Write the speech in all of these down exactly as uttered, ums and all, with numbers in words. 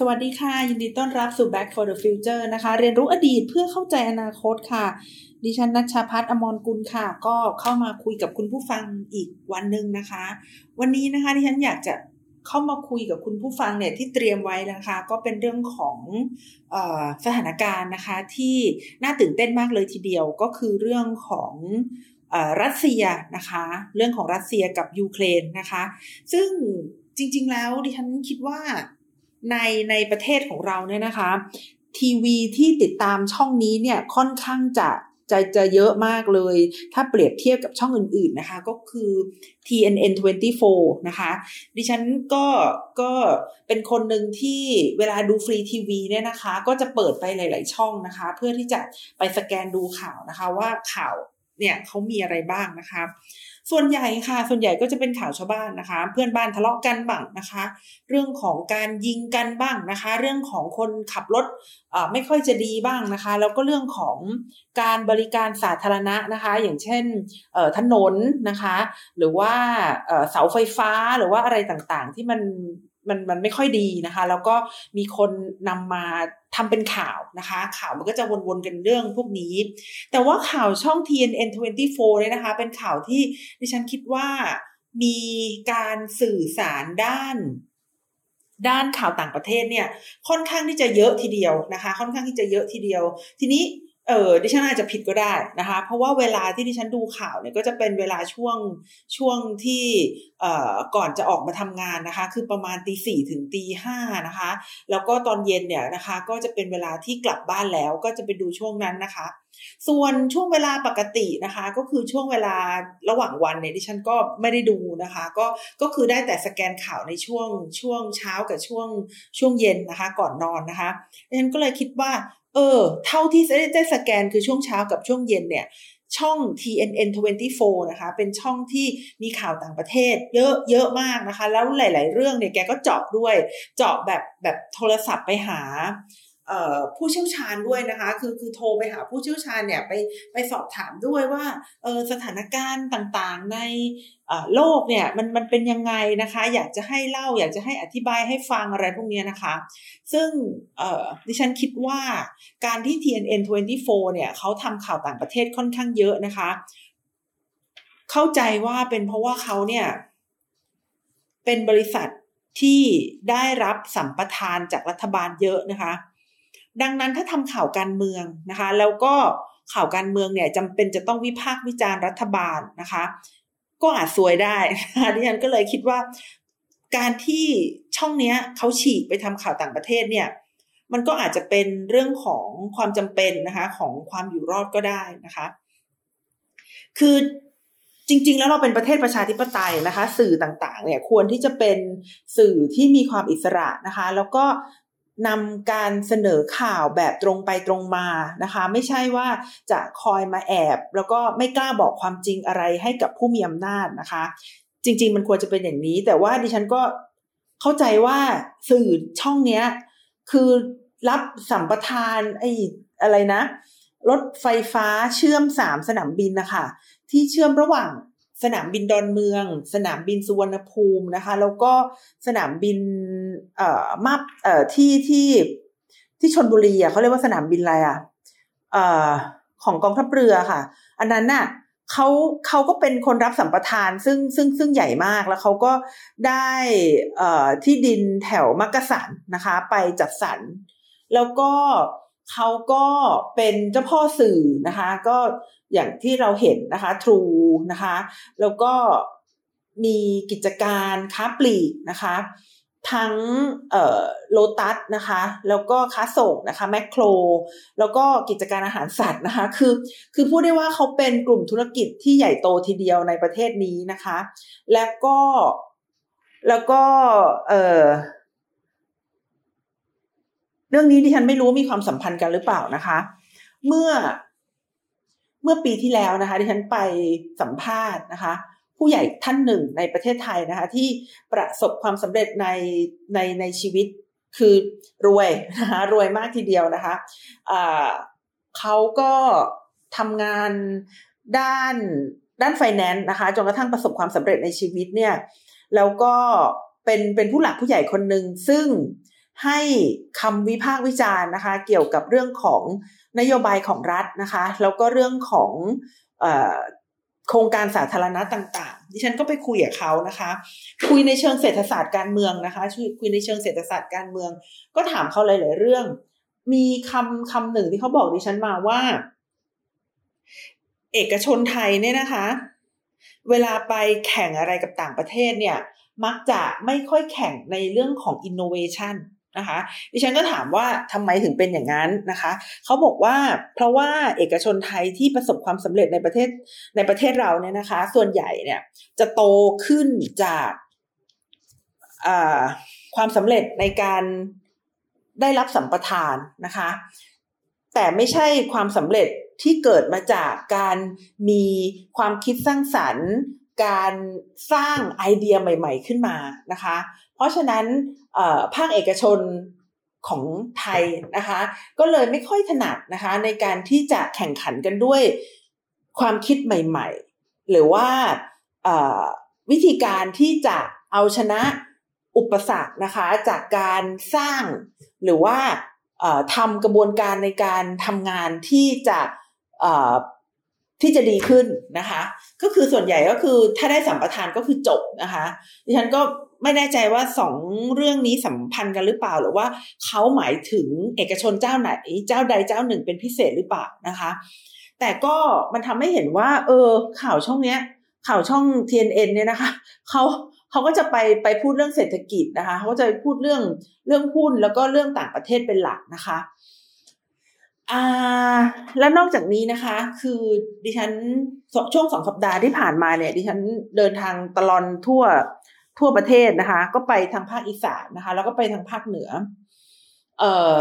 วัสดีค่ะยินดีต้อนรับสู่ Back for the Future นะคะเรียนรู้อดีตเพื่อเข้าใจอนาคตค่ะดิฉันณัชชาภัทร อมรกุลค่ะก็เข้ามาคุยกับคุณผู้ฟังอีกวันนึงนะคะวันนี้นะคะดิฉันอยากจะเข้ามาคุยกับคุณผู้ฟังเนี่ยที่เตรียมไว้นะคะก็เป็นเรื่องของเอ่อสถานการณ์นะคะที่น่าตื่นเต้นมากเลยทีเดียวก็คือเรื่องของเอ่อรัสเซียนะคะเรื่องของรัสเซียกับยูเครนนะคะซึ่งจริงๆแล้วดิฉันคิดว่าในในประเทศของเราเนี่ยนะคะทีวีที่ติดตามช่องนี้เนี่ยค่อนข้างจะจะจะเยอะมากเลยถ้าเปรียบเทียบกับช่องอื่นๆนะคะก็คือ ที เอ็น เอ็น ยี่สิบสี่นะคะดิฉันก็ก็เป็นคนหนึ่งที่เวลาดูฟรีทีวีเนี่ยนะคะก็จะเปิดไปหลายๆช่องนะคะเพื่อที่จะไปสแกนดูข่าวนะคะว่าข่าวเนี่ยเขามีอะไรบ้างนะคะส่วนใหญ่ค่ะส่วนใหญ่ก็จะเป็นข่าวชาวบ้านนะคะเพื่อนบ้านทะเลาะกันบ้างนะคะเรื่องของการยิงกันบ้างนะคะเรื่องของคนขับรถเอ่อไม่ค่อยจะดีบ้างนะคะแล้วก็เรื่องของการบริการสาธารณะนะคะอย่างเช่นเอ่อถนนนะคะหรือว่าเอ่อเสาไฟฟ้าหรือว่าอะไรต่างๆที่มันมันมันไม่ค่อยดีนะคะแล้วก็มีคนนำมาทำเป็นข่าวนะคะข่าวมันก็จะวนๆกันเรื่องพวกนี้แต่ว่าข่าวช่อง ที เอ็น เอ็น ยี่สิบสี่เนี่ยนะคะเป็นข่าวที่ดิฉันคิดว่ามีการสื่อสารด้านด้านข่าวต่างประเทศเนี่ยค่อนข้างที่จะเยอะทีเดียวนะคะค่อนข้างที่จะเยอะทีเดียวทีนี้เออดิฉันอาจจะผิดก็ได้นะคะเพราะว่าเวลาที่ดิฉันดูข่าวเนี่ยก็จะเป็นเวลาช่วงช่วงที่เอ่อก่อนจะออกมาทำงานนะคะคือประมาณตีสี่ถึงตีห้านะคะแล้วก็ตอนเย็นเนี่ยนะคะก็จะเป็นเวลาที่กลับบ้านแล้วก็จะไปดูช่วงนั้นนะคะส่วนช่วงเวลาปกตินะคะก็คือช่วงเวลาระหว่างวันเนี่ยดิฉันก็ไม่ได้ดูนะคะก็ก็คือได้แต่สแกนข่าวในช่วงช่วงเช้ากับช่วงช่วงเย็นนะคะก่อนนอนนะคะดิฉันก็เลยคิดว่าเออเท่าที่ได้ได้สแกนคือช่วงเช้ากับช่วงเย็นเนี่ยช่อง ที เอ็น เอ็น ยี่สิบสี่นะคะเป็นช่องที่มีข่าวต่างประเทศเยอะเยอะมากนะคะแล้วหลายๆเรื่องเนี่ยแกก็เจาะด้วยเจาะแบบแบบโทรศัพท์ไปหาเอ่อผู้เชี่ยวชาญด้วยนะคะคือคือโทรไปหาผู้เชี่ยวชาญเนี่ยไปไปสอบถามด้วยว่าเออสถานการณ์ต่างๆในเอ่อโลกเนี่ยมันมันเป็นยังไงนะคะอยากจะให้เล่าอยากจะให้อธิบายให้ฟังอะไรพวกนี้นะคะซึ่งเอ่อดิฉันคิดว่าการที่ ที เอ็น เอ็น ยี่สิบสี่เนี่ยเขาทำข่าวต่างประเทศค่อนข้างเยอะนะคะเข้าใจว่าเป็นเพราะว่าเขาเนี่ยเป็นบริษัทที่ได้รับสัมปทานจากรัฐบาลเยอะนะคะดังนั้นถ้าทำข่าวการเมืองนะคะแล้วก็ข่าวการเมืองเนี่ยจำเป็นจะต้องวิพากษ์วิจารณ์รัฐบาลนะคะก็อาจซวยได้นะคะดิฉันก็เลยคิดว่าการที่ช่องนี้เขาฉีกไปทำข่าวต่างประเทศเนี่ยมันก็อาจจะเป็นเรื่องของความจำเป็นนะคะของความอยู่รอดก็ได้นะคะคือจริงๆแล้วเราเป็นประเทศประชาธิปไตยนะคะสื่อต่างๆเนี่ยควรที่จะเป็นสื่อที่มีความอิสระนะคะแล้วก็นำการเสนอข่าวแบบตรงไปตรงมานะคะไม่ใช่ว่าจะคอยมาแอบแล้วก็ไม่กล้าบอกความจริงอะไรให้กับผู้มีอำนาจนะคะจริงๆมันควรจะเป็นอย่างนี้แต่ว่าดิฉันก็เข้าใจว่าสื่อช่องเนี้ยคือรับสัมปทานไอ้อะไรนะรถไฟฟ้าเชื่อมสามสนามบินนะคะที่เชื่อมระหว่างสนามบินดอนเมืองสนามบินสุวรรณภูมินะคะแล้วก็สนามบินเอ่อมาเอ่อที่ที่ที่ชลบุรีอ่ะเขาเรียกว่าสนามบินอะไรอ่ะเอ่อของกองทัพเรือค่ะอันนั้นน่ะเขาเขาก็เป็นคนรับสัมปทานซึ่งซึ่งซึ่งใหญ่มากแล้วเขาก็ได้เอ่อที่ดินแถวมักกะสันนะคะไปจัดสรรแล้วก็เขาก็เป็นเจ้าพ่อสื่อนะคะก็อย่างที่เราเห็นนะคะ True นะคะแล้วก็มีกิจการค้าปลีกนะคะทั้งเอ่อโลตัสนะคะแล้วก็ค้าส่งนะคะแมคโครแล้วก็กิจการอาหารสัตว์นะคะคือคือพูดได้ว่าเขาเป็นกลุ่มธุรกิจที่ใหญ่โตทีเดียวในประเทศนี้นะคะแล้วก็แล้วก็เอ่อเรื่องนี้ดิฉันไม่รู้มีความสัมพันธ์กันหรือเปล่านะคะเมื่อเมื่อปีที่แล้วนะคะดิฉันไปสัมภาษณ์นะคะผู้ใหญ่ท่านหนึ่งในประเทศไทยนะคะที่ประสบความสำเร็จในในในชีวิตคือรวยนะคะรวยมากทีเดียวนะคะอ่าเขาก็ทำงานด้านด้านไฟแนนซ์นะคะจนกระทั่งประสบความสำเร็จในชีวิตเนี่ยแล้วก็เป็นเป็นผู้หลักผู้ใหญ่คนหนึ่งซึ่งให้คำวิพากษ์วิจารณ์นะคะเกี่ยวกับเรื่องของนโยบายของรัฐนะคะแล้วก็เรื่องของเอ่อโครงการสาธารณะต่างๆดิฉันก็ไปคุยกับเขานะคะคุยในเชิงเศรษฐศาสตร์การเมืองนะคะคุยในเชิงเศรษฐศาสตร์การเมืองก็ถามเขาหลายๆเรื่องมีคำคำหนึ่งที่เขาบอกดิฉันมาว่าเอกชนไทยเนี่ยนะคะเวลาไปแข่งอะไรกับต่างประเทศเนี่ยมักจะไม่ค่อยแข่งในเรื่องของ innovation นะคะดิฉันก็ถามว่าทำไมถึงเป็นอย่างนั้นนะคะเขาบอกว่าเพราะว่าเอกชนไทยที่ประสบความสำเร็จในประเทศในประเทศเราเนี่ยนะคะส่วนใหญ่เนี่ยจะโตขึ้นจากความสำเร็จในการได้รับสัมปทานนะคะแต่ไม่ใช่ความสำเร็จที่เกิดมาจากการมีความคิดสร้างสรรค์การสร้างไอเดียใหม่ๆขึ้นมานะคะเพราะฉะนั้นภาคเอกชนของไทยนะคะก็เลยไม่ค่อยถนัดนะคะในการที่จะแข่งขันกันด้วยความคิดใหม่ๆหรือว่าวิธีการที่จะเอาชนะอุปสรรคนะคะจากการสร้างหรือว่าทำกระบวนการในการทำงานที่จะที่จะดีขึ้นนะคะก็คือส่วนใหญ่ก็คือถ้าได้สัมปทานก็คือจบนะคะดิฉันก็ไม่แน่ใจว่าสองเรื่องนี้สัมพันธ์กันหรือเปล่าหรือว่าเขาหมายถึงเอกชนเจ้าไหนเจ้าใดเจ้าหนึ่งเป็นพิเศษหรือเปล่านะคะแต่ก็มันทำให้เห็นว่าเออข่าวช่องเนี้ยข่าวช่อง ที เอ็น เอ็น เนี่ยนะคะเขาเขาก็จะไปไปพูดเรื่องเศรษฐกิจนะคะเขาก็จะพูดเรื่องเรื่องหุ้นแล้วก็เรื่องต่างประเทศเป็นหลักนะคะอ่าแล้วนอกจากนี้นะคะคือดิฉันช่วงสองสัปดาห์ที่ผ่านมาเนี่ยดิฉันเดินทางตลอดทั่วทั่วประเทศนะคะก็ไปทางภาคอีสานนะคะแล้วก็ไปทางภาคเหนือเอ่อ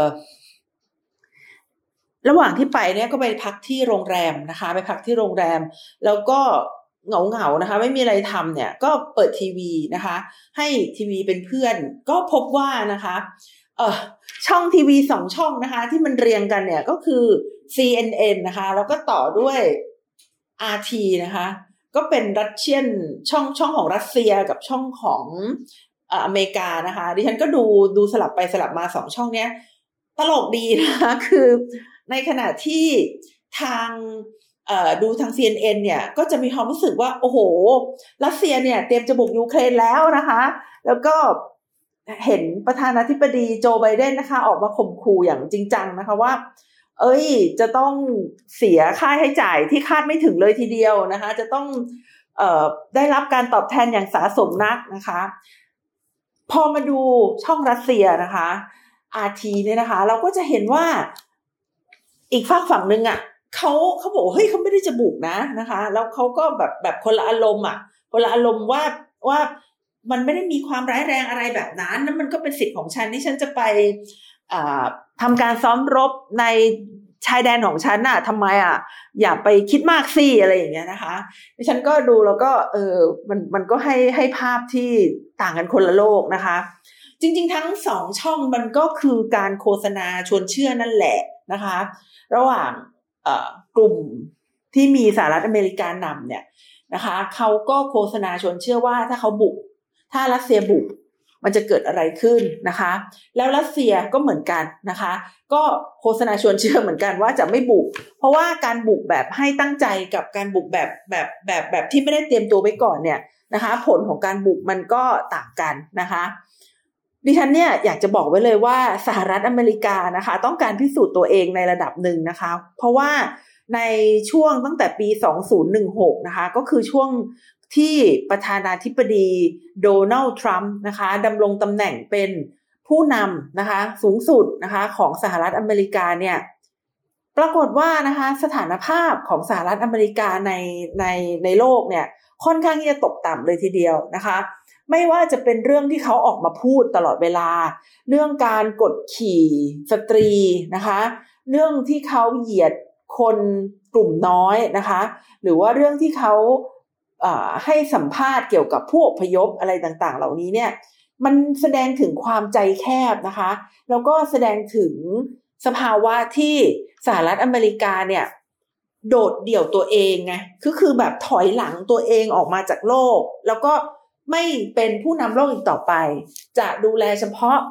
ระหว่างที่ไปเนี่ยก็ไปพักที่โรงแรมนะคะไปพักที่โรงแรมแล้วก็เหงาๆนะคะไม่มีอะไรทำเนี่ยก็เปิดทีวีนะคะให้ทีวีเป็นเพื่อนก็พบว่านะคะเอ่อช่องทีวีสองช่องนะคะที่มันเรียงกันเนี่ยก็คือ ซี เอ็น เอ็น นะคะแล้วก็ต่อด้วย อาร์ ที นะคะก็เป็นรัสเซียนช่องช่องของรัสเซียกับช่องของอเมริกานะคะดิฉันก็ดูดูสลับไปสลับมาสองช่องเนี้ยตลกดีนะคะคือในขณะที่ทางเอ่อดูทาง ซี เอ็น เอ็น เนี่ยก็จะมีความรู้สึกว่าโอ้โหรัสเซียเนี่ยเตรียมจะบุกยูเครนแล้วนะคะแล้วก็เห็นประธานาธิบดีโจไบเดนนะคะออกมาข่มขู่อย่างจริงจังนะคะว่าเอ้ยจะต้องเสียค่าใช้จ่ายที่คาดไม่ถึงเลยทีเดียวนะคะจะต้องเอ่อได้รับการตอบแทนอย่างสาสมนักนะคะพอมาดูช่องรัสเซียนะคะ อาร์ ที เนี่ยนะคะเราก็จะเห็นว่าอีกฝากฝั่งนึงอ่ะเขาเขาบอกเฮ้ยเขาไม่ได้จะบุกนะนะคะแล้วเขาก็แบบแบบคนละอารมณ์อ่ะคนละอารมณ์ว่าว่ามันไม่ได้มีความร้ายแรงอะไรแบบนั้นนั่นมันก็เป็นสิทธิ์ของฉันที่ฉันจะไปทำการซ้อมรบในชายแดนของฉันน่ะทำไมอ่ะอย่าไปคิดมากสิอะไรอย่างเงี้ยนะคะดิฉันก็ดูแล้วก็เออมันมันก็ให้ให้ภาพที่ต่างกันคนละโลกนะคะจริงๆทั้งสองช่องมันก็คือการโฆษณาชวนเชื่อนั่นแหละนะคะระหว่างกลุ่มที่มีสหรัฐอเมริกานำเนี่ยนะคะเขาก็โฆษณาชวนเชื่อว่าถ้าเขาบุกถ้ารัสเซียบุกมันจะเกิดอะไรขึ้นนะคะแล้วรัสเซียก็เหมือนกันนะคะก็โฆษณาชวนเชื่อเหมือนกันว่าจะไม่บุกเพราะว่าการบุกแบบให้ตั้งใจกับการบุกแบบแบบแบบแบบที่ไม่ได้เตรียมตัวไว้ก่อนเนี่ยนะคะผลของการบุกมันก็ต่างกันนะคะดิฉันเนี่ยอยากจะบอกไว้เลยว่าสหรัฐอเมริกานะคะต้องการพิสูจน์ตัวเองในระดับหนึ่งนะคะเพราะว่าในช่วงตั้งแต่ปีสองพันสิบหกนะคะก็คือช่วงที่ประธานาธิบดีโดนัลด์ทรัมป์นะคะดำรงตำแหน่งเป็นผู้นำนะคะสูงสุดนะคะของสหรัฐอเมริกาเนี่ยปรากฏว่านะคะสถานภาพของสหรัฐอเมริกาในในในโลกเนี่ยค่อนข้างที่จะตกต่ำเลยทีเดียวนะคะไม่ว่าจะเป็นเรื่องที่เขาออกมาพูดตลอดเวลาเรื่องการกดขี่สตรีนะคะเรื่องที่เขาเหยียดคนกลุ่มน้อยนะคะหรือว่าเรื่องที่เขาให้สัมภาษณ์เกี่ยวกับผู้อพยพอะไรต่างๆเหล่านี้เนี่ยมันแสดงถึงความใจแคบนะคะแล้วก็แสดงถึงสภาวะที่สหรัฐอเมริกาเนี่ยโดดเดี่ยวตัวเองไงคือคือแบบถอยหลังตัวเองออกมาจากโลกแล้วก็ไม่เป็นผู้นำโลกอีกต่อไปจะดูแลเฉพาะ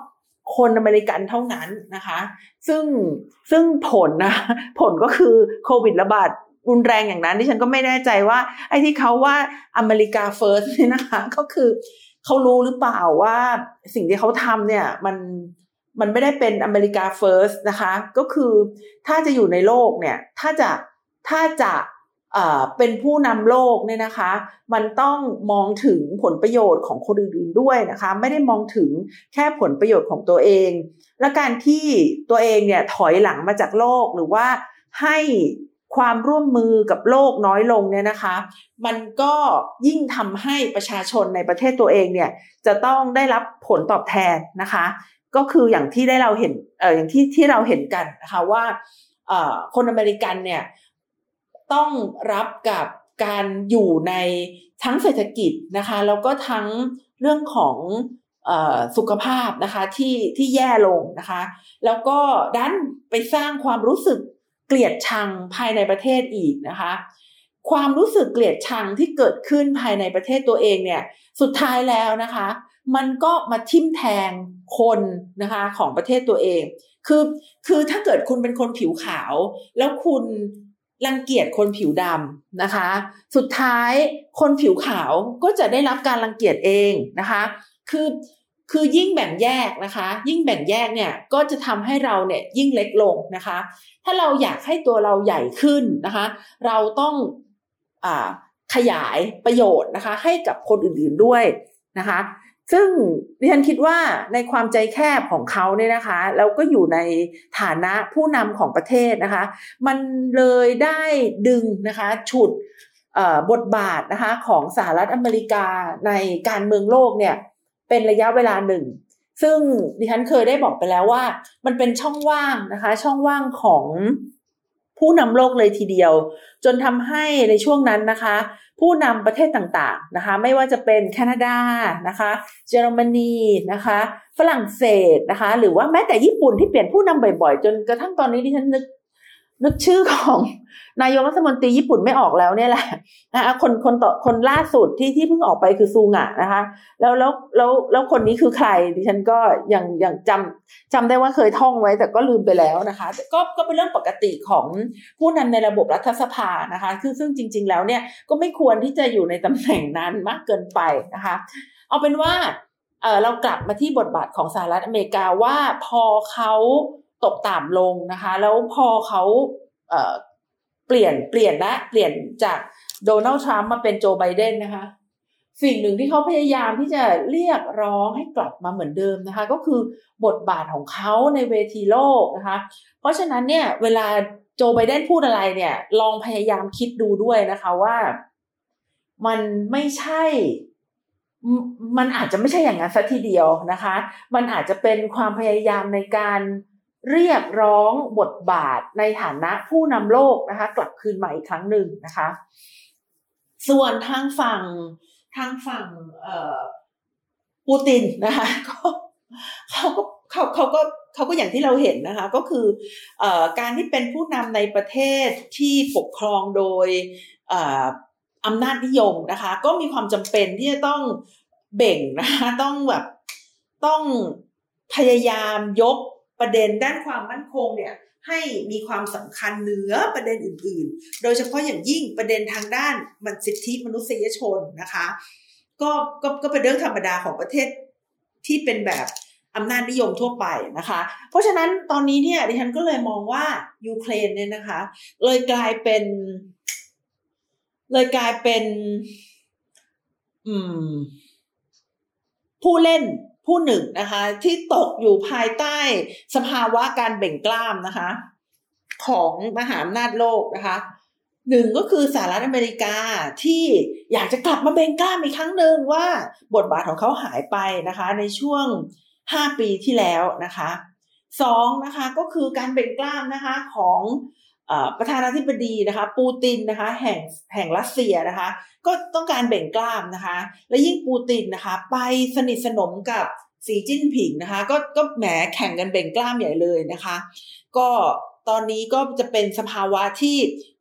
คนอเมริกันเท่านั้นนะคะซึ่งซึ่งผลนะผลก็คือโควิดระบาดรุนแรงอย่างนั้นดิฉันก็ไม่แน่ใจว่าไอ้ที่เขาว่าอเมริกาเฟิร์สนี่นะคะก็คือเขารู้หรือเปล่าว่าสิ่งที่เขาทำเนี่ยมันมันไม่ได้เป็นอเมริกาเฟิร์สนะคะก็คือถ้าจะอยู่ในโลกเนี่ยถ้าจะถ้าจะเอ่อเป็นผู้นำโลกเนี่ยนะคะมันต้องมองถึงผลประโยชน์ของคนอื่นๆด้วยนะคะไม่ได้มองถึงแค่ผลประโยชน์ของตัวเองและการที่ตัวเองเนี่ยถอยหลังมาจากโลกหรือว่าให้ความร่วมมือกับโลกน้อยลงเนี่ยนะคะมันก็ยิ่งทำให้ประชาชนในประเทศตัวเองเนี่ยจะต้องได้รับผลตอบแทนนะคะก็คืออย่างที่ได้เราเห็นเอ่ออย่างที่ที่เราเห็นกันนะคะว่าเอ่อคนอเมริกันเนี่ยต้องรับกับการอยู่ในทั้งเศรษฐกิจนะคะแล้วก็ทั้งเรื่องของเอ่อสุขภาพนะคะที่ที่แย่ลงนะคะแล้วก็ดันไปสร้างความรู้สึกเกลียดชังภายในประเทศอีกนะคะความรู้สึกเกลียดชังที่เกิดขึ้นภายในประเทศตัวเองเนี่ยสุดท้ายแล้วนะคะมันก็มาทิ่มแทงคนนะคะของประเทศตัวเองคือคือถ้าเกิดคุณเป็นคนผิวขาวแล้วคุณรังเกียจคนผิวดำนะคะสุดท้ายคนผิวขาวก็จะได้รับการรังเกียจเองนะคะคือคือยิ่งแบ่งแยกนะคะยิ่งแบ่งแยกเนี่ยก็จะทำให้เราเนี่ยยิ่งเล็กลงนะคะถ้าเราอยากให้ตัวเราใหญ่ขึ้นนะคะเราต้องอ่าขยายประโยชน์นะคะให้กับคนอื่นๆด้วยนะคะซึ่งดิฉันคิดว่าในความใจแคบของเขาเนี่ยนะคะแล้วก็อยู่ในฐานะผู้นำของประเทศนะคะมันเลยได้ดึงนะคะฉุดบทบาทนะคะของสหรัฐอเมริกาในการเมืองโลกเนี่ยเป็นระยะเวลาหนึ่งซึ่งดิฉันเคยได้บอกไปแล้วว่ามันเป็นช่องว่างนะคะช่องว่างของผู้นำโลกเลยทีเดียวจนทำให้ในช่วงนั้นนะคะผู้นำประเทศต่างๆนะคะไม่ว่าจะเป็นแคนาดานะคะเยอรมนีนะคะฝรั่งเศสนะคะหรือว่าแม้แต่ญี่ปุ่นที่เปลี่ยนผู้นำบ่อยๆจนกระทั่งตอนนี้ดิฉันนึกนึกชื่อของนายกรัฐมนตรีญี่ปุ่นไม่ออกแล้วเนี่ยแหละนะคะคนคนต่อคนล่าสุดที่ที่เพิ่งออกไปคือซูงะนะคะแล้วแล้วแล้วแล้วคนนี้คือใครดิฉันก็ยังยังจำจำได้ว่าเคยท่องไว้แต่ก็ลืมไปแล้วนะคะก็ก็เป็นเรื่องปกติของผู้นำในระบบรัฐสภานะคะคือซึ่งจริงๆแล้วเนี่ยก็ไม่ควรที่จะอยู่ในตำแหน่งนั้นมากเกินไปนะคะเอาเป็นว่าเออเรากลับมาที่บทบาทของสหรัฐอเมริกาว่าพอเขาตกต่ำลงนะคะแล้วพอเขาเอ่อเปลี่ยนเปลี่ยนนะเปลี่ยนจากโดนัลด์ทรัมป์มาเป็นโจไบเดนนะคะสิ่งหนึ่งที่เขาพยายามที่จะเรียกร้องให้กลับมาเหมือนเดิมนะคะก็คือบทบาทของเขาในเวทีโลกนะคะเพราะฉะนั้นเนี่ยเวลาโจไบเดนพูดอะไรเนี่ยลองพยายามคิดดูด้วยนะคะว่ามันไม่ใช่มันอาจจะไม่ใช่อย่างนั้นซะทีเดียวนะคะมันอาจจะเป็นความพยายามในการเรียกร้องบทบาทในฐานะผู้นำโลกนะคะกลับคืนมาอีกครั้งหนึ่งนะคะส่วนทางฝั่งทางฝั่งเอ่อปูตินนะคะก็เขาก็เขาเขาก็เขาก็อย่างที่เราเห็นนะคะก็คือเอ่อการที่เป็นผู้นำในประเทศที่ปกครองโดยเอ่ออำนาจนิยมนะคะก็มีความจำเป็นที่จะต้องเบ่งนะคะต้องแบบต้องพยายามยกประเด็นด้านความมั่นคงเนี่ยให้มีความสำคัญเหนือประเด็นอื่นๆโดยเฉพาะอย่างยิ่งประเด็นทางด้านมันสิทธิมนุษยชนนะคะก็ก็ก็เป็นเรื่องธรรมดาของประเทศที่เป็นแบบอำนาจนิยมทั่วไปนะคะเพราะฉะนั้นตอนนี้เนี่ยดิฉันก็เลยมองว่ายูเครนเนี่ยนะคะเลยกลายเป็นเลยกลายเป็นอืมผู้เล่นผู้หนึ่งนะคะที่ตกอยู่ภายใต้สภาวะการเบ่งกล้ามนะคะของมหาอำนาจโลกนะคะหนึ่งก็คือสหรัฐอเมริกาที่อยากจะกลับมาเบ่งกล้ามอีกครั้งหนึ่งว่าบทบาทของเขาหายไปนะคะในช่วงห้าปีที่แล้วนะคะสองนะคะก็คือการเบ่งกล้ามนะคะของประธานาธิบดีนะคะปูตินนะคะแห่งแห่งรัสเซียนะคะก็ต้องการเบ่งกล้ามนะคะและยิ่งปูตินนะคะไปสนิทสนมกับสีจิ้นผิงนะคะก็ก็แหมแข่งกันเบ่งกล้ามใหญ่เลยนะคะก็ตอนนี้ก็จะเป็นสภาวะที่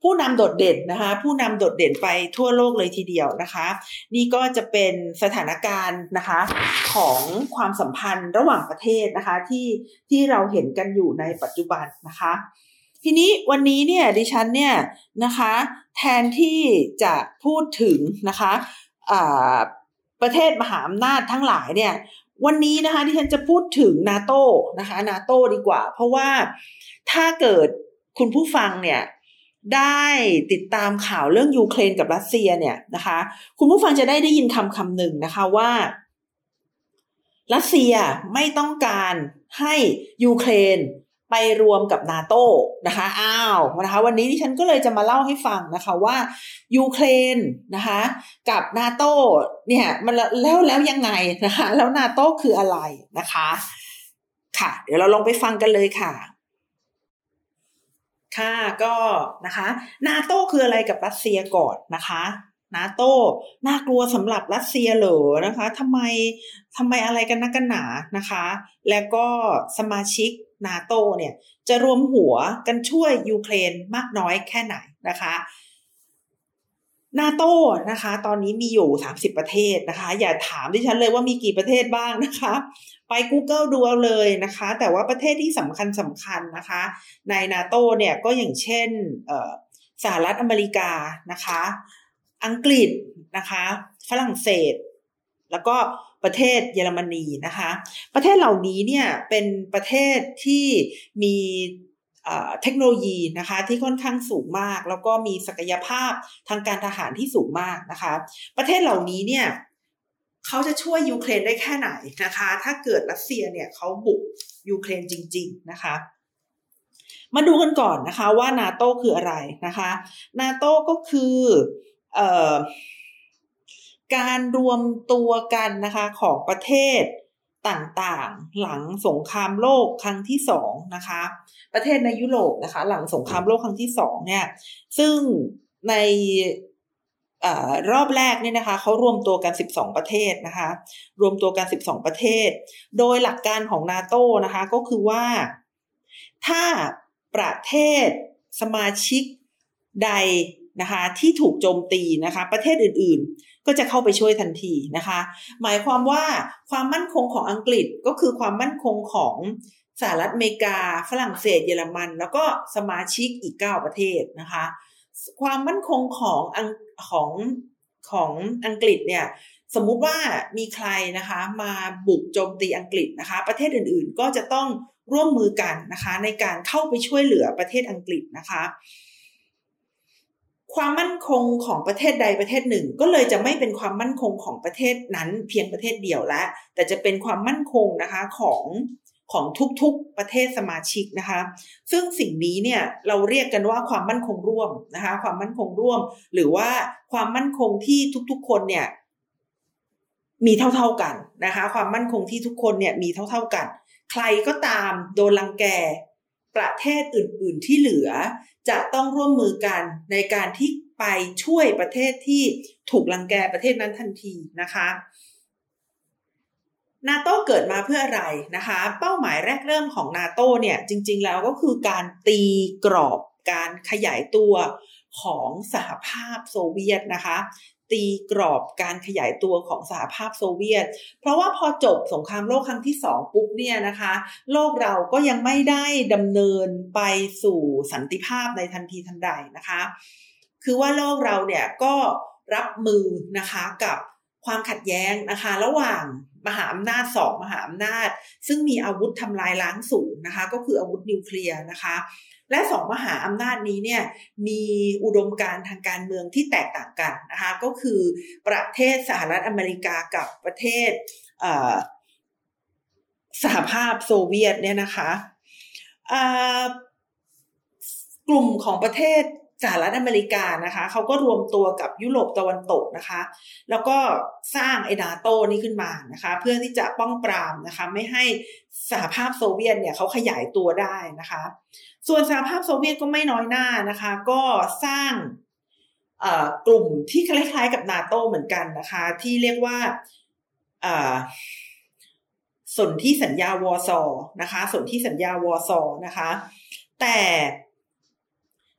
ผู้นำโดดเด่นนะคะผู้นำโดดเด่นไปทั่วโลกเลยทีเดียวนะคะนี่ก็จะเป็นสถานการณ์นะคะของความสัมพันธ์ระหว่างประเทศนะคะที่ที่เราเห็นกันอยู่ในปัจจุบันนะคะทีนี้วันนี้เนี่ยดิฉันเนี่ยนะคะแทนที่จะพูดถึงนะคะประเทศมหาอำนาจทั้งหลายเนี่ยวันนี้นะคะดิฉันจะพูดถึง NATO นะคะ NATO ดีกว่าเพราะว่าถ้าเกิดคุณผู้ฟังเนี่ยได้ติดตามข่าวเรื่องยูเครนกับรัสเซียเนี่ยนะคะคุณผู้ฟังจะได้ได้ยินคำคำหนึ่งนะคะว่ารัสเซียไม่ต้องการให้ยูเครนไปรวมกับ NATO นะคะอ้าวนะคะวันนี้ดิฉันก็เลยจะมาเล่าให้ฟังนะคะว่ายูเครนนะคะกับ NATO เนี่ยมันแล้วแล้วยังไงนะคะแล้ว NATO คืออะไรนะคะค่ะเดี๋ยวเราลองไปฟังกันเลยค่ะค่ะก็นะคะ NATO คืออะไรกับรัสเซียก่อนนะคะNATO น่ากลัวสำหรับรัสเซียเหรอนะคะทำไมทำไมอะไรกันนักกันหนานะคะแล้วก็สมาชิก NATO เนี่ยจะรวมหัวกันช่วยยูเครนมากน้อยแค่ไหนนะคะ NATO นะคะตอนนี้มีอยู่สามสิบประเทศนะคะอย่าถามดิฉันเลยว่ามีกี่ประเทศบ้างนะคะไป Google ดูเอาเลยนะคะแต่ว่าประเทศที่สำคัญสำคัญนะคะใน NATO เนี่ยก็อย่างเช่นสหรัฐอเมริกานะคะอังกฤษนะคะฝรั่งเศสแล้วก็ประเทศเยอรมนีนะคะประเทศเหล่านี้เนี่ยเป็นประเทศที่มีเทคโนโลยีนะคะที่ค่อนข้างสูงมากแล้วก็มีศักยภาพทางการทหารที่สูงมากนะคะประเทศเหล่านี้เนี่ยเขาจะช่วยยูเครนได้แค่ไหนนะคะถ้าเกิดรัสเซียเนี่ยเขาบุกยูเครนจริงๆนะคะมาดูกันก่อนนะคะว่า NATO คืออะไรนะคะ NATO ก็คือเอ่อการรวมตัวกันนะคะของประเทศต่างๆหลังสงครามโลกครั้งที่สองนะคะประเทศในยุโรปนะคะหลังสงครามโลกครั้งที่สองเนี่ยซึ่งในเอ่อรอบแรกเนี่ยนะคะเขารวมตัวกันสิบสองประเทศนะคะรวมตัวกันสิบสองประเทศโดยหลักการของ NATO นะคะก็คือว่าถ้าประเทศสมาชิกใดนะคะที่ถูกโจมตีนะคะประเทศอื่นๆก็จะเข้าไปช่วยทันทีนะคะหมายความว่าความมั่นคงของอังกฤษก็คือความมั่นคงของสหรัฐอเมริกาฝรั่งเศสเยอรมันแล้วก็สมาชิกอีกเก้าประเทศนะคะความมั่นคงของของของอังกฤษเนี่ยสมมุติว่ามีใครนะคะมาบุกโจมตีอังกฤษนะคะประเทศอื่นๆก็จะต้องร่วมมือกันนะคะในการเข้าไปช่วยเหลือประเทศอังกฤษนะคะความมั่นคงของประเทศใดประเทศหนึ่งก็เลยจะไม่เป็นความมั่นคงของประเทศนั้นเพียงประเทศเดียวละแต่จะเป็นความมั่นคงนะคะของของทุกๆประเทศสมาชิกนะคะซึ่งสิ่งนี้เนี่ยเราเรียกกันว่าความมั่นคงร่วมนะคะความมั่นคงร่วมหรือว่าความมั่นคงที่ทุกๆคนเนี่ยมีเท่าๆกันนะคะความมั่นคงที่ทุกคนเนี่ยมีเท่าๆกันใครก็ตามโดนรังแกประเทศอื่นๆที่เหลือจะต้องร่วมมือกันในการที่ไปช่วยประเทศที่ถูกรังแกประเทศนั้นทันทีนะคะ NATO เกิดมาเพื่ออะไรนะคะเป้าหมายแรกเริ่มของ NATO เนี่ยจริงๆแล้วก็คือการตีกรอบการขยายตัวของสหภาพโซเวียตนะคะตีกรอบการขยายตัวของสหภาพโซเวียตเพราะว่าพอจบสงครามโลกครั้งที่สองปุ๊บเนี่ยนะคะโลกเราก็ยังไม่ได้ดำเนินไปสู่สันติภาพในทันทีทันใดนะคะคือว่าโลกเราเนี่ยก็รับมือนะคะกับความขัดแย้งนะคะระหว่างมหาอำนาจสองมหาอำนาจซึ่งมีอาวุธทำลายล้างสูงนะคะก็คืออาวุธนิวเคลียร์นะคะและสองมหาอำนาจนี้เนี่ยมีอุดมการณ์ทางการเมืองที่แตกต่างกันนะคะก็คือประเทศสหรัฐอเมริกากับประเทศสหภาพโซเวียตเนี่ยนะคะกลุ่มของประเทศสหรัฐอเมริกานะคะเขาก็รวมตัวกับยุโรปตะวันตกนะคะแล้วก็สร้างไอ้ NATO นี้ขึ้นมานะคะเพื่อที่จะป้องปรามนะคะไม่ให้สหภาพโซเวียตเนี่ยเขาขยายตัวได้นะคะส่วนสหภาพโซเวียตก็ไม่น้อยหน้านะคะก็สร้างกลุ่มที่คล้ายๆกับ NATO เหมือนกันนะคะที่เรียกว่าสนธิสัญญาวอร์ซอนะคะสนธิสัญญาวอร์ซอนะคะแต่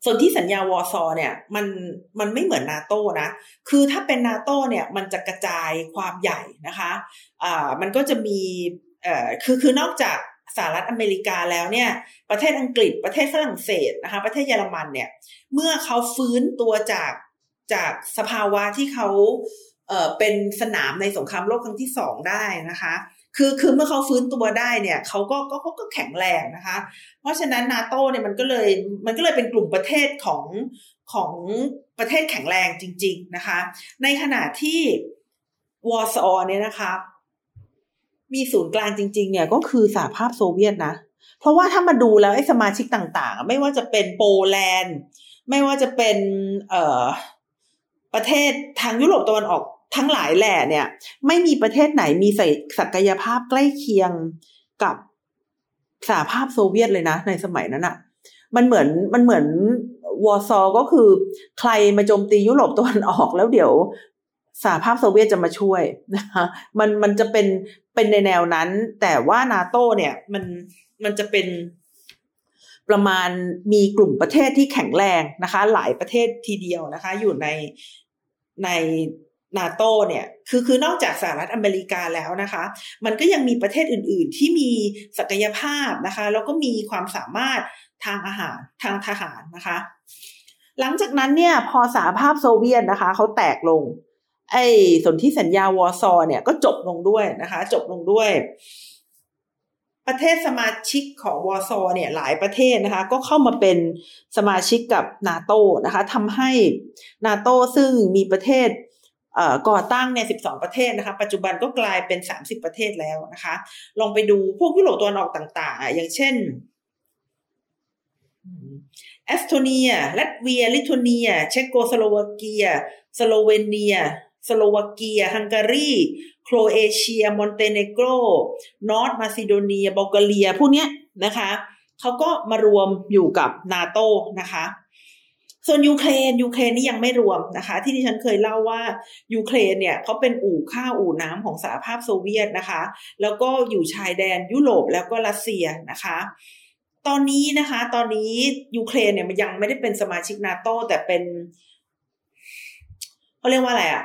ส่วนที่สัญญาวอร์ซอเนี่ยมันมันไม่เหมือนนาโต้นะคือถ้าเป็นนาโต้เนี่ยมันจะกระจายความใหญ่นะคะอ่ามันก็จะมีเอ่อคือคือนอกจากสหรัฐอเมริกาแล้วเนี่ยประเทศอังกฤษประเทศฝรั่งเศสนะคะประเทศเยอรมันเนี่ยเมื่อเขาฟื้นตัวจากจากสภาวะที่เขาเอ่อเป็นสนามในสงครามโลกครั้งที่สองได้นะคะคือคือเมื่อเขาฟื้นตัวได้เนี่ยเขาก็ก็ก็แข็งแรงนะคะเพราะฉะนั้นนาโต้เนี่ยมันก็เลยมันก็เลยเป็นกลุ่มประเทศของของประเทศแข็งแรงจริงๆนะคะในขณะที่วอร์ซอเนี่ยนะคะมีศูนย์กลางจริงๆเนี่ยก็คือสหภาพโซเวียตนะเพราะว่าถ้ามาดูแล้วไอ้สมาชิกต่างๆไม่ว่าจะเป็นโปแลนด์ไม่ว่าจะเป็นเอ่อประเทศทางยุโรปตะวันออกทั้งหลายแหล่เนี่ยไม่มีประเทศไหนมีศักยภาพใกล้เคียงกับสหภาพโซเวียตเลยนะในสมัยนั้นอ่ะมันเหมือนมันเหมือนวอร์ซอก็คือใครมาโจมตียุโรปตะวันออกแล้วเดี๋ยวสหภาพโซเวียตจะมาช่วยนะคะมันมันจะเป็นเป็นในแนวนั้นแต่ว่านาโต้เนี่ยมันมันจะเป็นประมาณมีกลุ่มประเทศที่แข็งแรงนะคะหลายประเทศทีเดียวนะคะอยู่ในในนาโต้เนี่ยคือคือนอกจากสหรัฐอเมริกาแล้วนะคะมันก็ยังมีประเทศอื่นๆที่มีศักยภาพนะคะแล้วก็มีความสามารถทางอาหารทางทหารนะคะหลังจากนั้นเนี่ยพอสหภาพโซเวียตนะคะเขาแตกลงไอ้สนธิสัญญาวอร์ซอเนี่ยก็จบลงด้วยนะคะจบลงด้วยประเทศสมาชิกของวอร์ซอเนี่ยหลายประเทศนะคะก็เข้ามาเป็นสมาชิกกับนาโต้นะคะทำให้นาโต้ซึ่งมีประเทศเอ่อก่อตั้งเนี่ยสิบสองประเทศนะคะปัจจุบันก็กลายเป็นสามสิบประเทศแล้วนะคะลองไปดูพวกยุโรปตะวันออกต่างๆอย่างเช่นเอสโตเนียลัตเวียลิทัวเนียเชโกสโลวาเกียสโลเวเนียสโลวาเกียฮังการีโครเอเชียมอนเตเนโกรนอร์ทมาซิโดเนียบัลแกเรียพวกเนี้ยนะคะเขาก็มารวมอยู่กับนาโต้นะคะส่วนยูเครนยูเครนนี่ยังไม่รวมนะคะที่ดิฉันเคยเล่าว่ายูเครนเนี่ยเขาเป็นอู่ข้าวอู่น้ำของสหภาพโซเวียตนะคะแล้วก็อยู่ชายแดนยุโรปแล้วก็รัสเซียนะคะตอนนี้นะคะตอนนี้ยูเครนเนี่ยมันยังไม่ได้เป็นสมาชิกนาโต้แต่เป็นเขาเรียกว่าอะไรอะ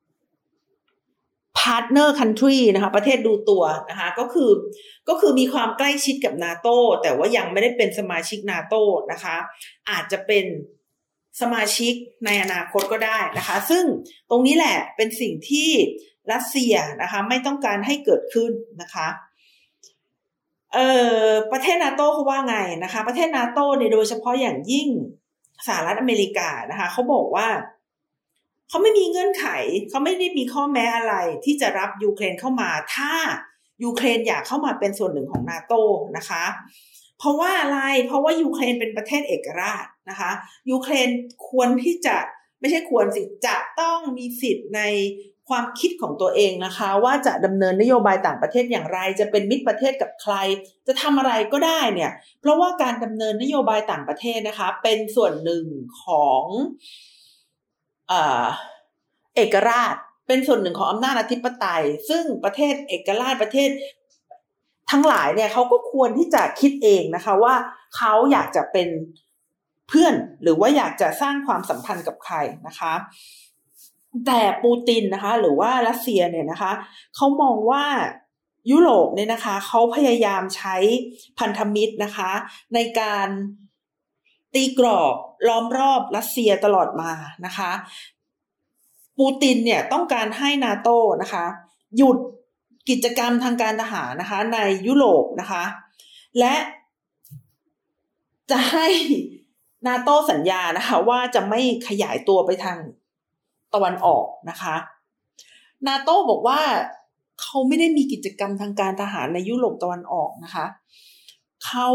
partner country นะคะประเทศดูตัวนะคะก็คือก็คือมีความใกล้ชิดกับ NATO แต่ว่ายังไม่ได้เป็นสมาชิก NATO นะคะอาจจะเป็นสมาชิกในอนาคตก็ได้นะคะซึ่งตรงนี้แหละเป็นสิ่งที่รัสเซียนะคะไม่ต้องการให้เกิดขึ้นนะคะเอ่อประเทศ NATO เขาว่าไงนะคะประเทศ NATO เนี่ยโดยเฉพาะอย่างยิ่งสหรัฐอเมริกานะคะเขาบอกว่าเขาไม่มีเงื่อนไขเขาไม่ได้มีข้อแม้อะไรที่จะรับยูเครนเข้ามาถ้ายูเครนอยากเข้ามาเป็นส่วนหนึ่งของ NATO นะคะเพราะว่าอะไรเพราะว่ายูเครนเป็นประเทศเอกราชนะคะยูเครนควรที่จะไม่ใช่ควรสิจะต้องมีสิทธิ์ในความคิดของตัวเองนะคะว่าจะดำเนินนโยบายต่างประเทศอย่างไรจะเป็นมิตรประเทศกับใครจะทำอะไรก็ได้เนี่ยเพราะว่าการดำเนินนโยบายต่างประเทศนะคะเป็นส่วนหนึ่งของเอ่อเอกราชเป็นส่วนหนึ่งของอำนาจอธิปไตยซึ่งประเทศเอกราชประเทศทั้งหลายเนี่ยเขาก็ควรที่จะคิดเองนะคะว่าเขาอยากจะเป็นเพื่อนหรือว่าอยากจะสร้างความสัมพันธ์กับใครนะคะแต่ปูตินนะคะหรือว่ารัสเซียเนี่ยนะคะเขามองว่ายุโรปเนี่ยนะคะเขาพยายามใช้พันธมิตรนะคะในการตีกรอบล้อมรอบรัสเซียตลอดมานะคะปูตินเนี่ยต้องการให้ NATO นะคะหยุดกิจกรรมทางการทหารนะคะในยุโรปนะคะและจะให้ NATO สัญญานะคะว่าจะไม่ขยายตัวไปทางตะวันออกนะคะ NATO บอกว่าเขาไม่ได้มีกิจกรรมทางการทหารในยุโรปตะวันออกนะคะเขา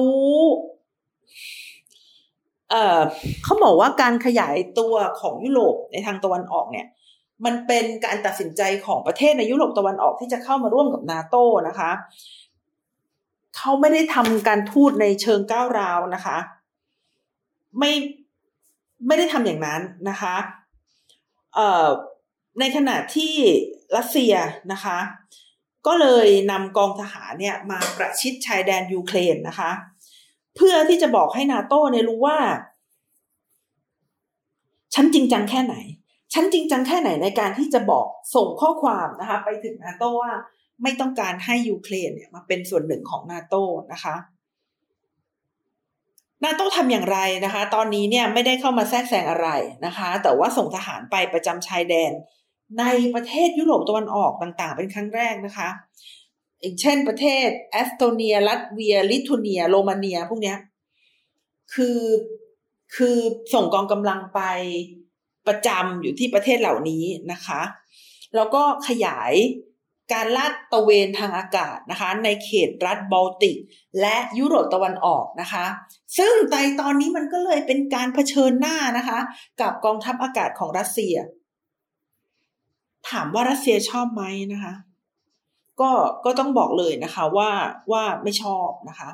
เอ่อเขาบอกว่าการขยายตัวของยุโรปในทางตะวันออกเนี่ยมันเป็นการตัดสินใจของประเทศในยุโรปตะวันออกที่จะเข้ามาร่วมกับ NATO นะคะเขาไม่ได้ทำการทูตในเชิงก้าวร้าวนะคะไม่ไม่ได้ทำอย่างนั้นนะคะเอ่อในขณะที่รัสเซียนะคะก็เลยนำกองทหารเนี่ยมาประชิดชายแดนยูเครนนะคะเพื่อที่จะบอกให้ NATO เนี่ยรู้ว่าฉันจริงจังแค่ไหนฉันจริงจังแค่ไหนในการที่จะบอกส่งข้อความนะคะไปถึง NATO ว่าไม่ต้องการให้ยูเครนเนี่ยมาเป็นส่วนหนึ่งของ NATO นะคะ NATO ทำอย่างไรนะคะตอนนี้เนี่ยไม่ได้เข้ามาแทรกแซงอะไรนะคะแต่ว่าส่งทหารไปประจำชายแดนในประเทศยุโรปตะวันออกต่างๆเป็นครั้งแรกนะคะอย่างเช่นประเทศเอสโตเนียลัตเวียลิทัวเนียโรมาเนียพวกนี้คือคือส่งกองกำลังไปประจำอยู่ที่ประเทศเหล่านี้นะคะแล้วก็ขยายการลาดตระเวนทางอากาศนะคะในเขตรัฐบอลติกและยุโรปตะวันออกนะคะซึ่งในตอนนี้มันก็เลยเป็นการเผชิญหน้านะคะกับกองทัพอากาศของรัสเซียถามว่ารัสเซียชอบไหมนะคะก็ก็ต้องบอกเลยนะคะว่าว่าไม่ชอบนะคะ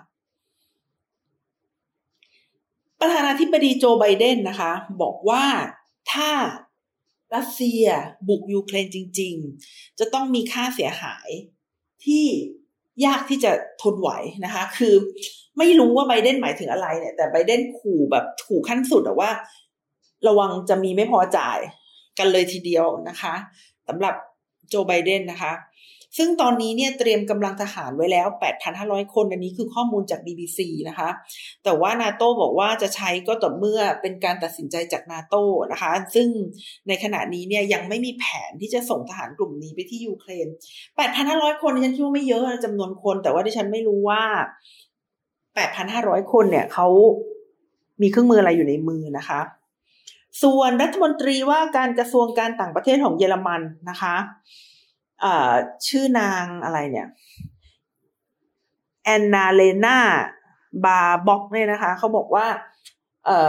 ประธานาธิบดีโจไบเดนนะคะบอกว่าถ้ารัสเซียบุกยูเครนจริงๆจะต้องมีค่าเสียหายที่ยากที่จะทนไหวนะคะคือไม่รู้ว่าไบเดนหมายถึงอะไรเนี่ยแต่ไบเดนขู่แบบขู่ขั้นสุดอะว่าระวังจะมีไม่พอจ่ายกันเลยทีเดียวนะคะสำหรับโจไบเดนนะคะซึ่งตอนนี้เนี่ยเตรียมกำลังทหารไว้แล้ว แปดพันห้าร้อย คนอันนี้คือข้อมูลจาก บี บี ซี นะคะแต่ว่า NATO บอกว่าจะใช้ก็ต่อเมื่อเป็นการตัดสินใจจาก NATO นะคะซึ่งในขณะนี้เนี่ยยังไม่มีแผนที่จะส่งทหารกลุ่มนี้ไปที่ยูเครน แปดพันห้าร้อย คนดิฉันคิดว่าไม่เยอะจำนวนคนแต่ว่าดิฉันไม่รู้ว่า แปดพันห้าร้อย คนเนี่ยเขามีเครื่องมืออะไรอยู่ในมือนะคะส่วนรัฐมนตรีว่าการกระทรวงการต่างประเทศของเยอรมันนะคะเอ่อชื่อนางอะไรเนี่ยแอนนาเลนาบาบ็อกเนี่ยนะคะเขาบอกว่าเอ่อ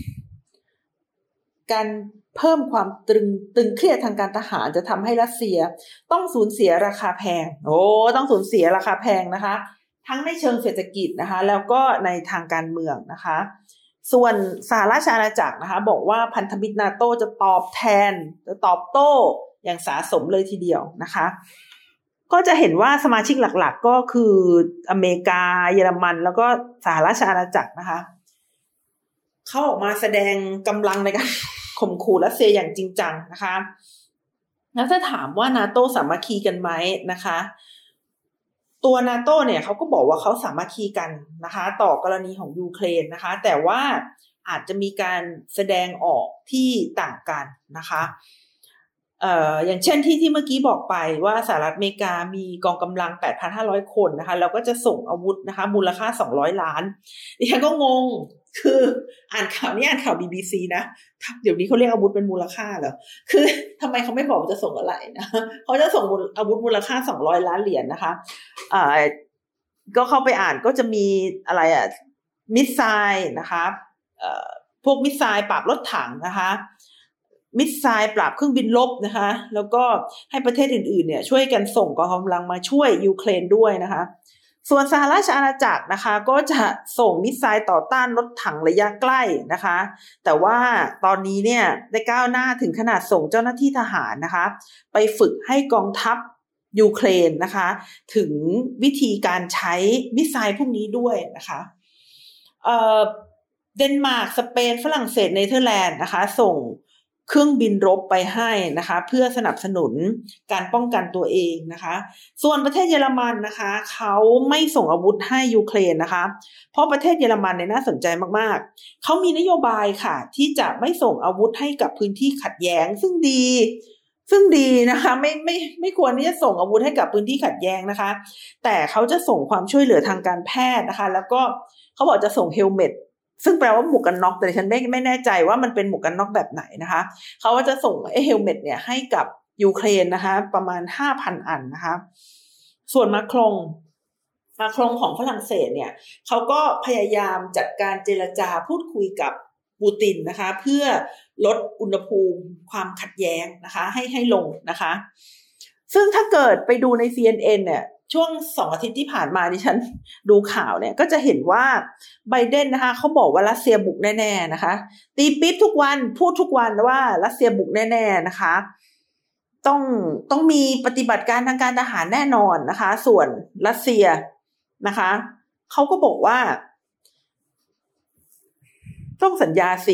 การเพิ่มความตรึงตึงเครียดทางการทหารจะทำให้รัสเซียต้องสูญเสียราคาแพงโอ้ต้องสูญเสียราคาแพงนะคะทั้งในเชิงเศรษฐกิจนะคะแล้วก็ในทางการเมืองนะคะส่วนสหราชอาณาจักรนะคะบอกว่าพันธมิตร NATO จะตอบแทนจะตอบโต้อย่างสาสมเลยทีเดียวนะคะก็จะเห็นว่าสมาชิกหลักๆก็คืออเมริกาเยอรมันแล้วก็สหราชอาณาจักรนะคะเข้าออกมาแสดงกำลังในการข่มขู่รัสเซียอย่างจริงจังนะคะแล้วถ้าถามว่า NATO สามัคคีกันไหมนะคะตัว NATO เนี่ยเขาก็บอกว่าเขาสามัคคีกันนะคะต่อกรณีของยูเครนนะคะแต่ว่าอาจจะมีการแสดงออกที่ต่างกันนะคะเอ่ออย่างเช่นที่ที่เมื่อกี้บอกไปว่าสหรัฐอเมริกามีกองกำลัง แปดพันห้าร้อย คนนะคะแล้วก็จะส่งอาวุธนะคะมูลค่าสองร้อยล้านดิฉันก็งงคืออ่านข่าวนี้อ่านข่าว บี บี ซี นะเดี๋ยวนี้เขาเรียกอาวุธเป็นมูลค่าเหรอคือทำไมเขาไม่บอกจะส่งอะไรนะเขาจะส่งอาวุธมูลค่าสองร้อยล้านเหรียญนะคะอ่าก็เข้าไปอ่านก็จะมีอะไรอ่ะมิสไซล์นะคะเอ่อพวกมิสไซล์ปราบรถถังนะคะมิสไซล์ปราบเครื่องบินรบนะคะแล้วก็ให้ประเทศอื่นๆเนี่ยช่วยกันส่งกองกำลังมาช่วยยูเครนด้วยนะคะส่วนสหราชอาณาจักรนะคะก็จะส่งมิสไซล์ต่อต้านรถถังระยะใกล้นะคะแต่ว่าตอนนี้เนี่ยได้ก้าวหน้าถึงขนาดส่งเจ้าหน้าที่ทหารนะคะไปฝึกให้กองทัพยูเครนนะคะถึงวิธีการใช้มิสไซล์พวกนี้ด้วยนะคะเอ่อเดนมาร์กสเปนฝรั่งเศสเนเธอร์แลนด์นะคะส่งเครื่องบินรบไปให้นะคะเพื่อสนับสนุนการป้องกันตัวเองนะคะส่วนประเทศเยอรมันนะคะเขาไม่ส่งอาวุธให้ยูเครนนะคะเพราะประเทศเยอรมันเนี่ยน่าสนใจมากๆเขามีนโยบายค่ะที่จะไม่ส่งอาวุธให้กับพื้นที่ขัดแย้งซึ่งดีซึ่งดีนะคะไม่ไม่ไม่ควรที่จะส่งอาวุธให้กับพื้นที่ขัดแย้งนะคะแต่เขาจะส่งความช่วยเหลือทางการแพทย์นะคะแล้วก็เขาบอกจะส่งเฮลเมตซึ่งแปลว่าหมวกกันน็อกแต่ฉันไม่ไม่แน่ใจว่ามันเป็นหมวกกันน็อกแบบไหนนะคะเขาว่าจะส่งไอ้เฮลเมตเนี่ยให้กับยูเครนนะคะประมาณ ห้าพัน อันนะคะส่วนมาครงมาครงของฝรั่งเศสเนี่ยเขาก็พยายามจัดการเจรจาพูดคุยกับปูตินนะคะเพื่อลดอุณหภูมิความขัดแย้งนะคะให้ให้ลงนะคะซึ่งถ้าเกิดไปดูใน ซี เอ็น เอ็น เนี่ยช่วงสองอาทิตย์ที่ผ่านมาดิฉันดูข่าวเนี่ยก็จะเห็นว่าไบเดนนะคะเขาบอกว่ารัสเซียบุกแน่ๆนะคะตีปิ๊บทุกวันพูดทุกวันว่ารัสเซียบุกแน่ๆนะคะต้องต้องมีปฏิบัติการทางการทหารแน่นอนนะคะส่วนรัสเซียนะคะเขาก็บอกว่าต้องสัญญาสิ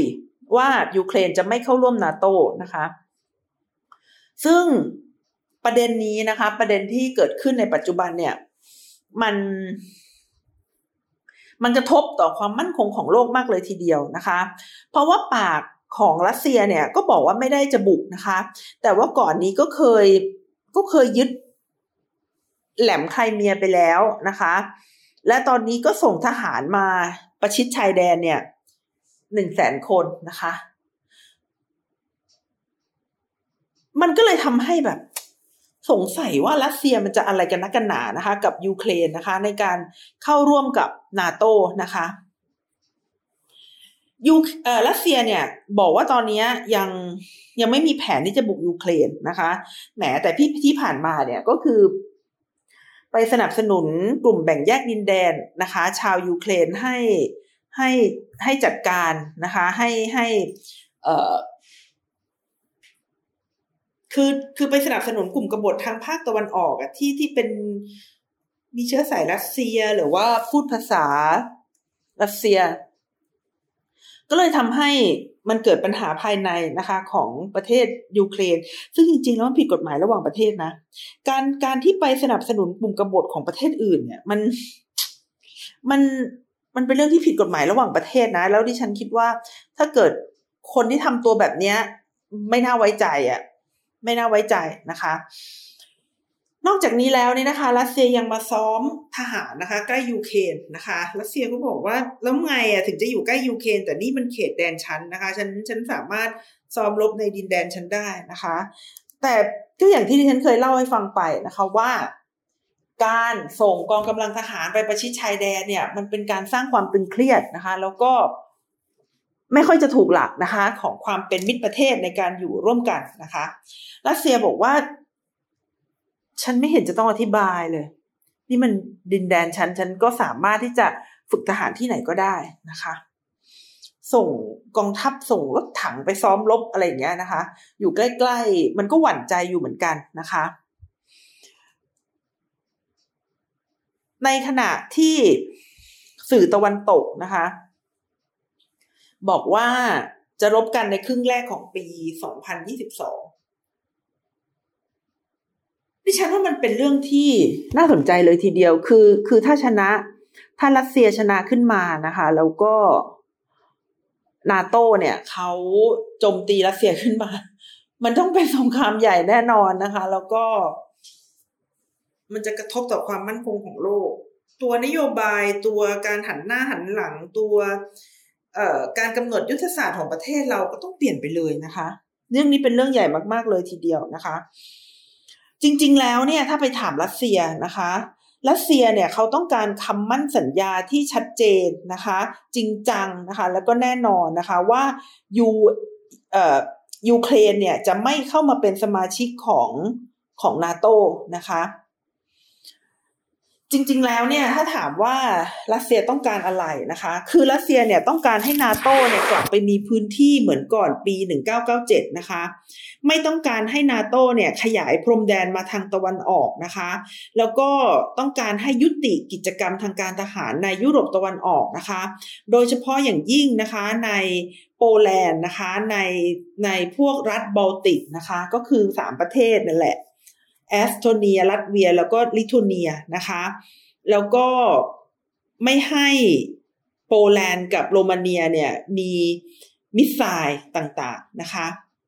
ว่ายูเครนจะไม่เข้าร่วม NATO นะคะซึ่งประเด็นนี้นะคะประเด็นที่เกิดขึ้นในปัจจุบันเนี่ยมันมันกระทบต่อความมั่นคงของโลกมากเลยทีเดียวนะคะเพราะว่าปากของรัสเซียเนี่ยก็บอกว่าไม่ได้จะบุกนะคะแต่ว่าก่อนนี้ก็เคยก็เคยยึดแหลมไครเมียไปแล้วนะคะและตอนนี้ก็ส่งทหารมาประชิดชายแดนเนี่ยหนึ่งแสนคนนะคะมันก็เลยทำให้แบบสงสัยว่ารัสเซียมันจะอะไรกันนักกันหนานะคะกับยูเครนนะคะในการเข้าร่วมกับ NATO นะคะยูเอ่อรัสเซียเนี่ยบอกว่าตอนนี้ยังยังไม่มีแผนที่จะบุกยูเครนนะคะแหมแต่ที่ที่ผ่านมาเนี่ยก็คือไปสนับสนุนกลุ่มแบ่งแยกดินแดนนะคะชาวยูเครนให้ให้ให้จัดการนะคะให้ให้เอ่อคือคือไปสนับสนุนกลุ่มกบฏทางภาคตะวันออกอ่ะที่ที่เป็นมีเชื้อสายรัสเซียหรือว่าพูดภาษารัสเซียก็เลยทำให้มันเกิดปัญหาภายในนะคะของประเทศยูเครนซึ่งจริงๆแล้วมันผิดกฎหมายระหว่างประเทศนะการการที่ไปสนับสนุนกลุ่มกบฏของประเทศอื่นเนี่ยมันมันมันเป็นเรื่องที่ผิดกฎหมายระหว่างประเทศนะแล้วดิฉันคิดว่าถ้าเกิดคนที่ทำตัวแบบนี้ไม่น่าไว้ใจอ่ะไม่น่าไว้ใจนะคะนอกจากนี้แล้วนี่นะคะรัสเซียยังมาซ้อมทหารนะคะใกล้ยูเครนนะคะรัสเซียก็บอกว่าแล้วไงอ่ะถึงจะอยู่ใกล้ยูเครนแต่นี่มันเขตแดนฉันนะคะฉันฉันสามารถซ้อมรบในดินแดนฉันได้นะคะแต่ก็อย่างที่ดิฉันเคยเล่าให้ฟังไปนะคะว่าการส่งกองกำลังทหารไปประชิดชายแดนเนี่ยมันเป็นการสร้างความตึงเครียดนะคะแล้วก็ไม่ค่อยจะถูกหลักนะคะของความเป็นมิตรประเทศในการอยู่ร่วมกันนะคะรัสเซียบอกว่าฉันไม่เห็นจะต้องอธิบายเลยนี่มันดินแดนฉันฉันก็สามารถที่จะฝึกทหารที่ไหนก็ได้นะคะส่งกองทัพส่งรถถังไปซ้อมรบอะไรอย่างเงี้ยนะคะอยู่ใกล้ๆมันก็หวั่นใจอยู่เหมือนกันนะคะในขณะที่สื่อตะวันตกนะคะบอกว่าจะรบกันในครึ่งแรกของปีสองพันยี่สิบสองดิฉันว่ามันเป็นเรื่องที่น่าสนใจเลยทีเดียวคือคือถ้าชนะถ้ารัสเซียชนะขึ้นมานะคะแล้วก็ NATO เนี่ยเขาโจมตีรัสเซียขึ้นมามันต้องเป็นสงครามใหญ่แน่นอนนะคะแล้วก็มันจะกระทบต่อความมั่นคงของโลกตัวนโยบายตัวการหันหน้าหันหลังตัวเอ่อการกำหนดยุทธศาสตร์ของประเทศเราก็ต้องเปลี่ยนไปเลยนะคะเรื่องนี้เป็นเรื่องใหญ่มากๆเลยทีเดียวนะคะจริงๆแล้วเนี่ยถ้าไปถามรัสเซียนะคะรัสเซียเนี่ยเขาต้องการคำมั่นสัญญาที่ชัดเจนนะคะจริงจังนะคะแล้วก็แน่นอนนะคะว่ายูเอ่อยูเครนเนี่ยจะไม่เข้ามาเป็นสมาชิกของของ NATO นะคะจริงๆแล้วเนี่ยถ้าถามว่ารัสเซียต้องการอะไรนะคะคือรัสเซียเนี่ยต้องการให้ NATO เนี่ยกลับไปมีพื้นที่เหมือนก่อนปีหนึ่งเก้าเก้าเจ็ดนะคะไม่ต้องการให้ NATO เนี่ยขยายพรมแดนมาทางตะวันออกนะคะแล้วก็ต้องการให้ยุติกิจกรรมทางการทหารในยุโรปตะวันออกนะคะโดยเฉพาะอย่างยิ่งนะคะในโปแลนด์นะคะในในพวกรัฐบอลติกนะคะก็คือสามประเทศนั่นแหละแอสโตเนียลัตเวียแล้วก็ลิทัวเนียนะคะแล้วก็ไม่ให้โปแลนด์กับโรมาเนียเนี่ยมีมิสไซล์ต่างๆนะคะ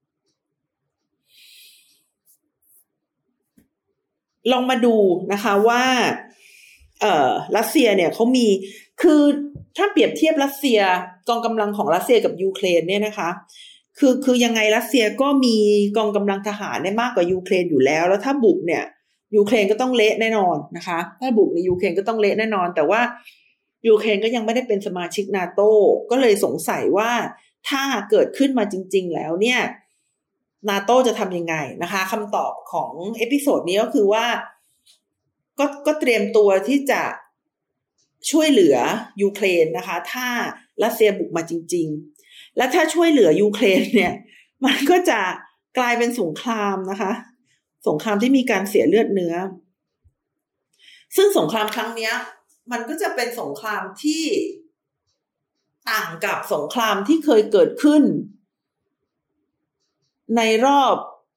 ลองมาดูนะคะว่าเอ่อรัสเซียเนี่ยเขามีคือถ้าเปรียบเทียบรัสเซียกองกำลังของรัสเซียกับยูเครนเนี่ยนะคะคือคือยังไงรัสเซียก็มีกองกำลังทหารได้มากกว่ายูเครนอยู่แล้วแล้วถ้าบุกเนี่ยยูเครนก็ต้องเละแน่นอนนะคะถ้าบุกในยูเครนก็ต้องเละแน่นอนแต่ว่ายูเครนก็ยังไม่ได้เป็นสมาชิก NATO ก็เลยสงสัยว่าถ้าเกิดขึ้นมาจริงๆแล้วเนี่ย NATO จะทำยังไงนะคะคำตอบของเอพิโซดนี้ก็คือว่าก็ก็เตรียมตัวที่จะช่วยเหลือยูเครนนะคะถ้ารัสเซียบุกมาจริงๆและถ้าช่วยเหลือยูเครนเนี่ยมันก็จะกลายเป็นสงครามนะคะสงครามที่มีการเสียเลือดเนื้อซึ่งสงครามครั้งนี้มันก็จะเป็นสงครามที่ต่างกับสงครามที่เคยเกิดขึ้นในรอบ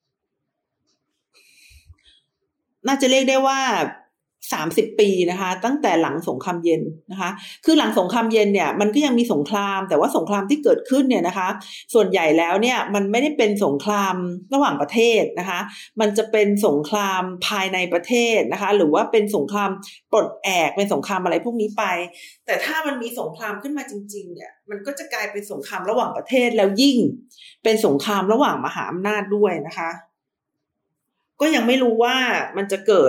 น่าจะเรียกได้ว่าสามสิบปีนะคะตั้งแต่หลังสงครามเย็นนะคะคือหลังสงครามเย็นเนี่ยมันก็ยังมีสงครามแต่ว่าสงครามที่เกิดขึ้นเนี่ยนะคะส่วนใหญ่แล้วเนี่ยมันไม่ได้เป็นสงครามระหว่างประเทศนะคะมันจะเป็นสงครามภายในประเทศนะคะหรือว่าเป็นสงครามปลดแอกเป็นสงครามอะไรพวกนี้ไปแต่ถ้ามันมีสงครามขึ้นมาจริงๆเนี่ยมันก็จะกลายเป็นสงครามระหว่างประเทศแล้วยิ่งเป็นสงครามระหว่างมหาอำนาจด้วยนะคะก็ยังไม่รู้ว่ามันจะเกิด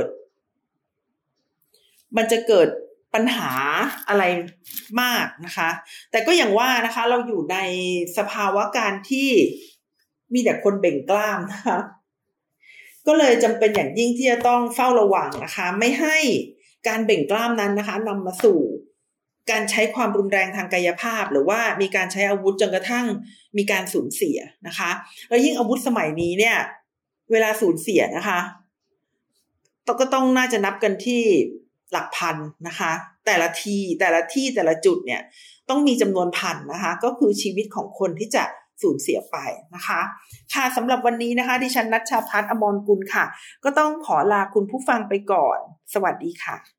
มันจะเกิดปัญหาอะไรมากนะคะแต่ก็อย่างว่านะคะเราอยู่ในสภาวะการที่มีแต่คนเบ่งกล้ามนะคะก็เลยจำเป็นอย่างยิ่งที่จะต้องเฝ้าระวังนะคะไม่ให้การเบ่งกล้ามนั้นนะคะนำมาสู่การใช้ความรุนแรงทางกายภาพหรือว่ามีการใช้อาวุธจนกระทั่งมีการสูญเสียนะคะแล้วยิ่งอาวุธสมัยนี้เนี่ยเวลาสูญเสียนะคะก็ต้องน่าจะนับกันที่หลักพันนะคะแต่ละทีแต่ละที่แต่ละจุดเนี่ยต้องมีจำนวนพันนะคะก็คือชีวิตของคนที่จะสูญเสียไปนะคะค่ะสำหรับวันนี้นะคะดิฉันณัชชาภัทร อมรกุลค่ะก็ต้องขอลาคุณผู้ฟังไปก่อนสวัสดีค่ะ